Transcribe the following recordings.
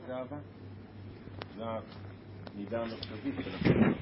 הגאווה? זה המידה המרכזית של הגאווה.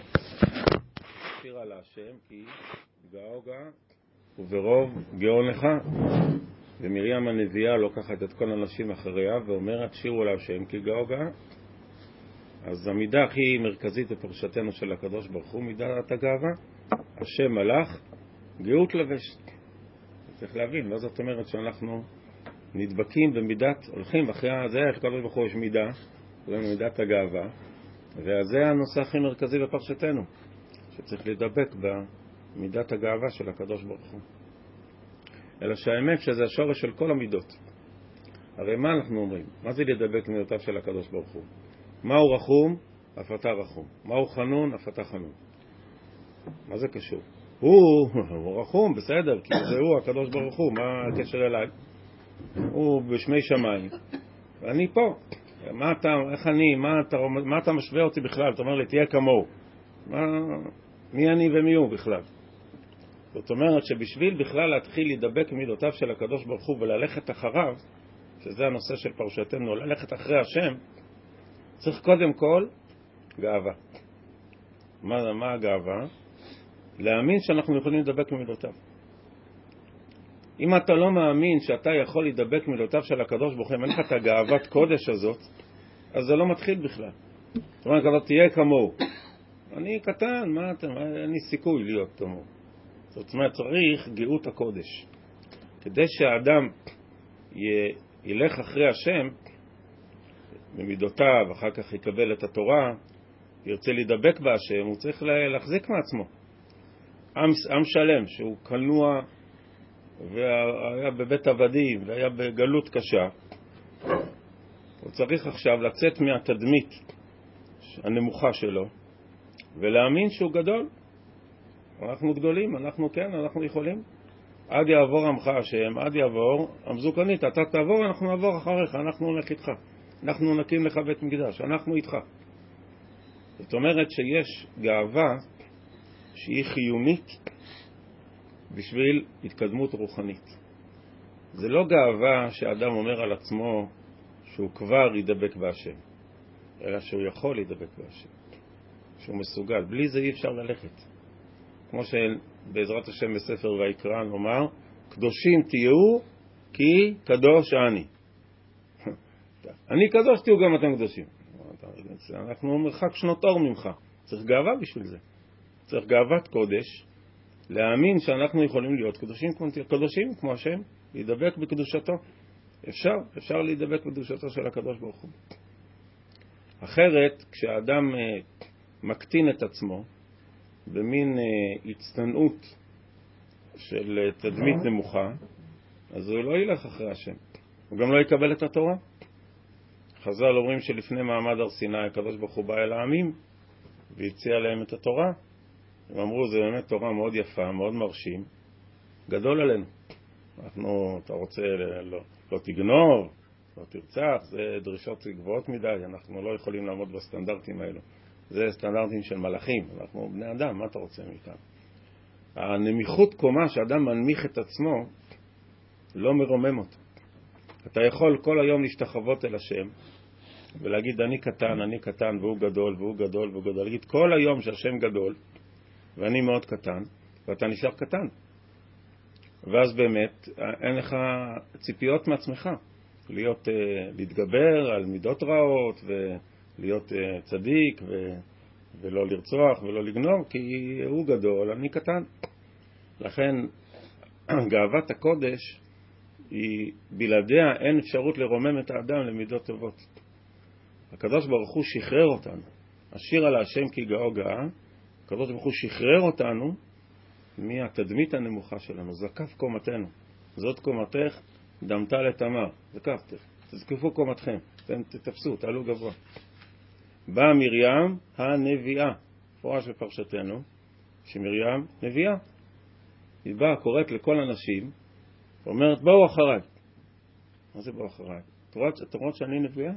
שיר על השם כי גאו גאה וברוב גאון לך. ומרים הנביאה לוקחת את כל הנשים אחריה ואומרת שירו על השם כי גאו גאה. אז המידה הכי מרכזית בפרשתנו של הקדוש ברוך הוא מידת הגאווה. השם מלך, גאות לבש. צריך להבין, מה זאת אומרת שאנחנו נדבקים במידת, הולכים אחרי זה, איך הקדוש ברוך הוא יש מידה, זה מידת הגאווה, וזה הנושא הכי מרכזי בפרשתנו, שצריך לדבק במידת הגאווה של הקדוש ברוך הוא. אלא שהאמת שזה השורש של כל המידות. הרי מה אנחנו אומרים? מה זה לדבק במידותיו של הקדוש ברוך הוא? מהו רחום? אף אתה רחום. מהו חנון? אף אתה חנון. מה זה קשור? הוא רחום, בסדר, כי זה הוא הקדוש ברוך הוא, מה הקשר אליי? הוא בשמי שמיים, ואני פה. מה אתה, איך אני, מה אתה משווה אותי בכלל? אתה אומר לי, תהיה כמוהו. מי אני ומי הוא בכלל? זאת אומרת שבשביל בכלל להתחיל לדבק מידותיו של הקדוש ברוך הוא וללכת אחריו, שזה הנושא של פרשתנו, ללכת אחרי השם, צריך קודם כל גאווה. מה הגאווה? להאמין שאנחנו יכולים לדבק מידותיו. אם אתה לא מאמין שאתה יכול לדבק מידותיו של הקדוש ברוך הוא, אם אין לך את הגאוות קודש הזאת, אז זה לא מתחיל בכלל. זאת אומרת, אתה תהיה כמוהו. אני קטן, אין לי סיכוי להיות כמוהו. זאת אומרת, צריך גאות הקודש. כדי שהאדם ילך אחרי השם, במידותיו, אחר כך יקבל את התורה, ירצה לדבק בהשם, הוא צריך להחזיק מעצמו. עם שלם שהוא כנוע והיה בבית עבדים והיה בגלות קשה, הוא צריך עכשיו לצאת מהתדמית הנמוכה שלו ולהאמין שהוא גדול. אנחנו גדולים, אנחנו יכולים. עד יעבור עמך השם, עד יעבור המזוקנית, אתה תעבור, אנחנו נעבור אחריך, אנחנו נלך איתך, אנחנו נקים לך בית מקדש, אנחנו איתך. זאת אומרת שיש גאווה שהיא חיונית בשביל התקדמות רוחנית. זה לא גאווה שאדם אומר על עצמו שהוא כבר ידבק בהשם, אלא שהוא יכול לדבק בהשם, שהוא מסוגל. בלי זה אי אפשר ללכת. כמו שבעזרת השם בספר ויקרא נאמר, קדושים תהיו כי קדוש אני. אני קדוש, תהיו גם אתם קדושים. אנחנו מרחק שנות אור ממך. צריך גאווה בשביל זה. צריך גאוות קודש, להאמין שאנחנו יכולים להיות קדושים כמו השם, להידבק בקדושתו. אפשר להידבק בקדושתו של הקדוש ברוך הוא. אחרת, כשאדם מקטין את עצמו במין הצטנעות של תדמית נמוכה, אז הוא לא ילך אחרי השם. הוא גם לא יקבל את התורה. חז"ל אומרים שלפני מעמד הר סיני הקדוש ברוך הוא בא אל העמים והציע להם את התורה. הם אמרו, זה באמת תורה מאוד יפה, מאוד מרשים, גדול עלינו. אתה רוצה, לא תגנוב, לא תרצח, זה דרישות גבוהות מדי, אנחנו לא יכולים לעמוד בסטנדרטים האלו. זה סטנדרטים של מלאכים, אנחנו בני אדם, מה אתה רוצה מאיתנו? הנמיכות קומה שאדם מנמיך את עצמו, לא מרומם אותו. אתה יכול כל היום להשתחוות אל השם, ולהגיד אני קטן והוא גדול והוא גדול והוא גדול, להגיד כל היום שהשם גדול, ואני מאוד קטן, ואתה נשאר קטן. ואז באמת אין לך ציפיות מעצמך, להתגבר על מידות רעות, ולהיות צדיק, ולא לרצוח ולא לגנוב, כי הוא גדול, אני קטן. לכן גאוות הקודש, בלעדיה אין אפשרות לרומם את האדם למידות טובות. הקדוש ברוך הוא שחרר אותנו. השיר על השם כי גאו גאה, הקדוש ברוך הוא שחרר אותנו מהתדמית הנמוכה שלנו. זקף קומתנו. זאת קומתך, דמתה לתמר. זקפתך. תזקפו קומתכם. תתפסו, תעלו גבוה. באה מרים הנביאה. פורש בפרשתנו, שמרים נביאה. היא באה, קוראת לכל אנשים, ואומרת, בואו אחריי. מה זה בואו אחריי? אתם רואות שאני נביאה?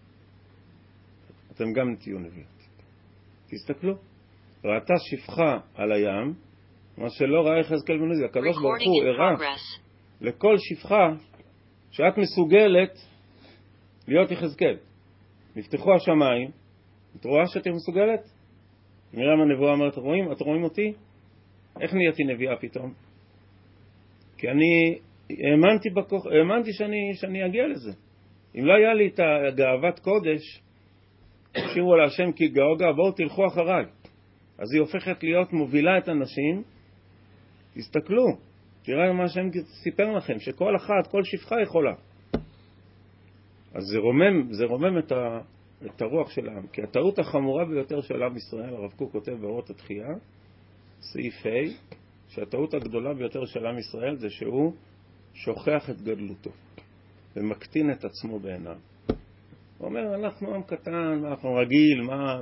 אתם גם תהיו נביאות. תסתכלו. ראתה שפחה על הים, מה שלא ראה יחזקאל בן עזרא. הקדוש ברוך הוא הראה לכל שפחה שאת מסוגלת להיות יחזקאל. נפתחו השמיים, את רואה שאתם מסוגלת? מרים הנבואה אומרת, אתם רואים אותי? איך נהייתי נביאה פתאום? כי אני האמנתי שאני אגיע לזה. אם לא היה לי את הגאוות קודש, שירו על השם כי גאוגה, בואו תלכו אחריי. אז היא הופכת להיות מובילה את אנשים. תסתכלו, תראה מה השם סיפר לכם, שכל אחת, כל שפחה יכולה. אז זה רומם את הרוח של העם. כי הטעות החמורה ביותר של עם ישראל, הרב קוק כותב באורות התחייה, סעיף ה', שהטעות הגדולה ביותר של עם ישראל זה שהוא שוכח את גדלותו ומקטין את עצמו בעיניו. הוא אומר, אנחנו עם קטן, אנחנו רגיל,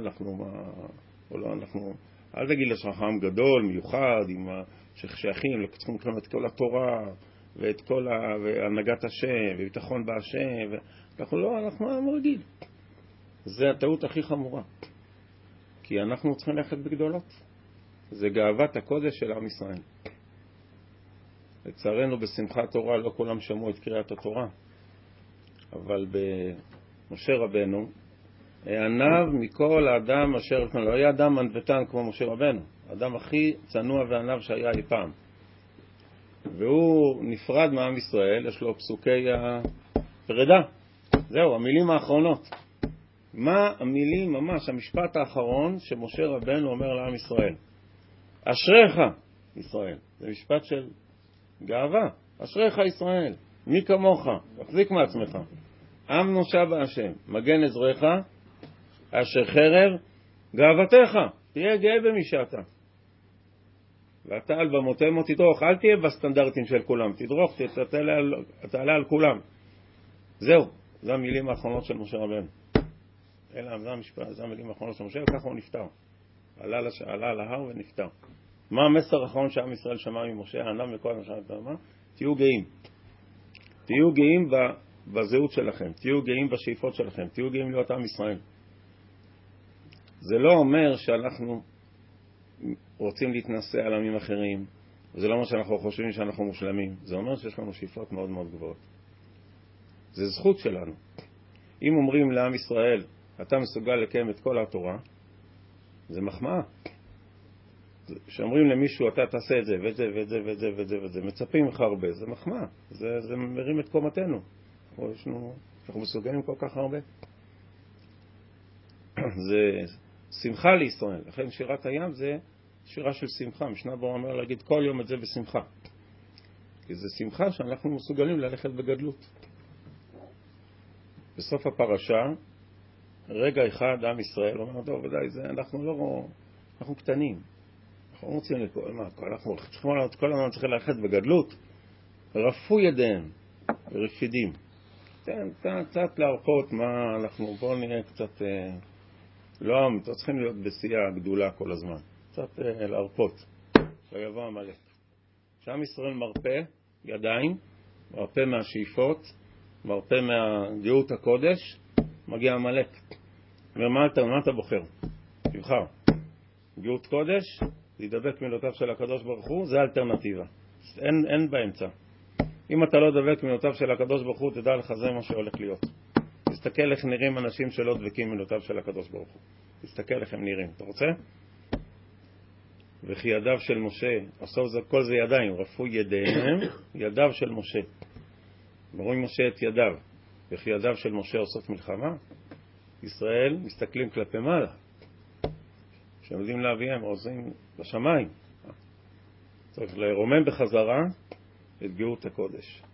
אל תגיד לשך עם גדול, מיוחד, ששייכים, צריכים לקרוא את כל התורה ואת כל הנהגת השם וביטחון בהשם, אנחנו עם רגיל. זה הטעות הכי חמורה, כי אנחנו צריכים ללכת בגדולות. זה גאוות הקודש של עם ישראל. לצערנו בשמחת תורה לא כולם שמעו את קריאת התורה, אבל במשה רבנו הענב מכל האדם אשר לא היה אדם ענוותן כמו משה רבנו, האדם הכי צנוע וענב שהיה אי פעם, והוא נפרד מעם ישראל. יש לו פסוקי הפרידה. זהו, המילים האחרונות. מה המילים, ממש המשפט האחרון שמשה רבנו אומר לעם ישראל? אשריך ישראל. זה משפט של גאווה. אשריך ישראל, מי כמוך, תחזיק מעצמך. עם נושע בהשם, מגן עזריך, אשר חרב גאוותך. תהיה גאה במי שאתה. ואתה על במותימו תדרוך. אל תהיה בסטנדרטים של כולם, תדרוך, תעלה על כולם. זהו, זה המילים האחרונות של משה רבנו. זה המילים האחרונות של משה, וככה הוא נפטר. עלה על ההר ונפטר. מה המסר האחרון שעם ישראל שמע ממשה? הענב מכל אנשי האדמה, תהיו גאים. תהיו גאים בזהות שלכם, תהיו גאים בשאיפות שלכם, תהיו גאים להיות עם ישראל. זה לא אומר שאנחנו רוצים להתנסה על עמים אחרים, זה לא אומר שאנחנו חושבים שאנחנו מושלמים, זה אומר שיש לנו שאיפות מאוד מאוד גבוהות. זה זכות שלנו. אם אומרים לעם ישראל, אתה מסוגל לקיים את כל התורה, זה מחמאה. שאומרים למישהו, אתה תעשה את זה, ואת זה, ואת זה, ואת זה, ואת זה, ואת זה, מצפים לך הרבה, זה מחמאה. זה מרים את קומתנו. אנחנו מסוגלים כל כך הרבה. זה שמחה לישראל. לכן שירת הים זה שירה של שמחה. משנה ברורה אומר להגיד כל יום את זה בשמחה. כי זה שמחה שאנחנו מסוגלים ללכת בגדלות. בסוף הפרשה, רגע אחד עם ישראל אומר, טוב, ודאי, אנחנו קטנים. אנחנו לא רוצים כל הזמן צריכים ללכת בגדלות. רפו ידיהם ורפידים. קצת להרפות מה בואו נהיה קצת, לא צריכים להיות בשיאה גדולה כל הזמן. קצת להרפות. ויבוא עמלק. שעם ישראל מרפא ידיים, מרפא מהשאיפות, מרפא מהגאות הקודש, מגיע עמלק. מה אתה בוחר? תבחר. גאות קודש, להידבק מילותיו של הקדוש ברוך הוא, זה האלטרנטיבה. אין באמצע. אם אתה לא דבק מילותיו של הקדוש ברוך הוא, תדע לך זה מה שהולך להיות. תסתכל איך נראים אנשים שלא דבקים מילותיו של הקדוש ברוך הוא. תסתכל איך הם נראים. אתה רוצה? וכי ידיו של משה, בסוף כל זה ידיים, רפו ידיהם, ידיו של משה. ורואים משה את ידיו. וכי ידיו של משה עושות מלחמה, ישראל מסתכלים כלפי מעלה. כשהם יודעים להביאם, עושים בשמיים. צריך לרומם בחזרה את גאות הקודש.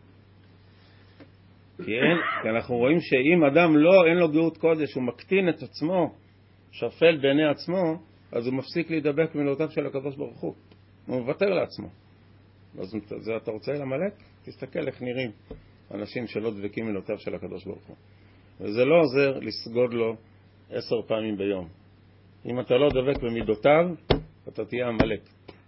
כי אנחנו רואים שאם אדם אין לו גאות קודש, הוא מקטין את עצמו, שפל בעיני עצמו, אז הוא מפסיק להידבק מילותיו של הקדוש ברוך הוא. הוא מוותר לעצמו. אז אתה רוצה למלק? תסתכל איך נראים אנשים שלא דבקים מילותיו של הקדוש ברוך הוא. וזה לא עוזר לסגוד לו 10 פעמים ביום. אם אתה לא דבק במידותיו, אתה תהיה המלק.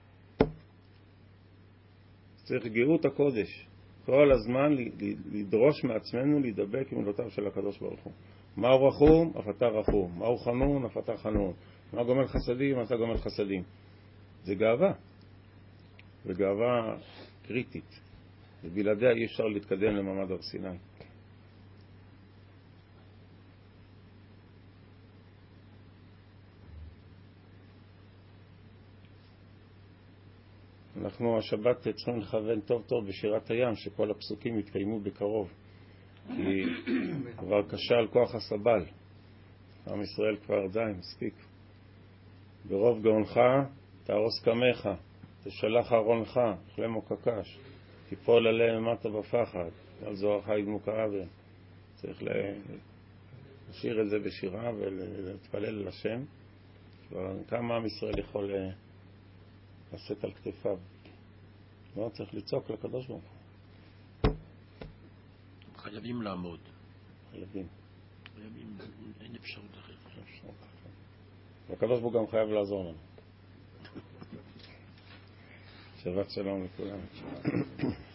צריך גאות הקודש. כל הזמן לדרוש מעצמנו להידבק במילותיו של הקדוש ברוך הוא. מהו רחום? אף אתה רחום. מהו חנון? אף אתה חנון. מה גומל חסדים? אתה גומל חסדים. זה גאווה. וגאווה קריטית. ובלעדיה אי אפשר להתקדם למעמד הר סיני. אנחנו השבת צריכים לכוון טוב טוב בשירת הים, שכל הפסוקים יתקיימו בקרוב. כי כבר קשה על כוח הסבל. עם ישראל כבר די, מספיק. ברוב גאונך תהרוס קמך, תשלח ארונך, חלמו קקש, תיפול עליהם מטה בפחד, על זוהרך ידמו כאבן. צריך לשיר את זה בשירה ולהתפלל על השם. כמה עם ישראל יכול לשאת על כתפיו. לא צריך לצעוק לקדוש ברוך הוא. חייבים לעמוד. חייבים. אין אפשרות אחרת. והקדוש ברוך הוא גם חייב לעזור לנו. שבת שלום לכולם.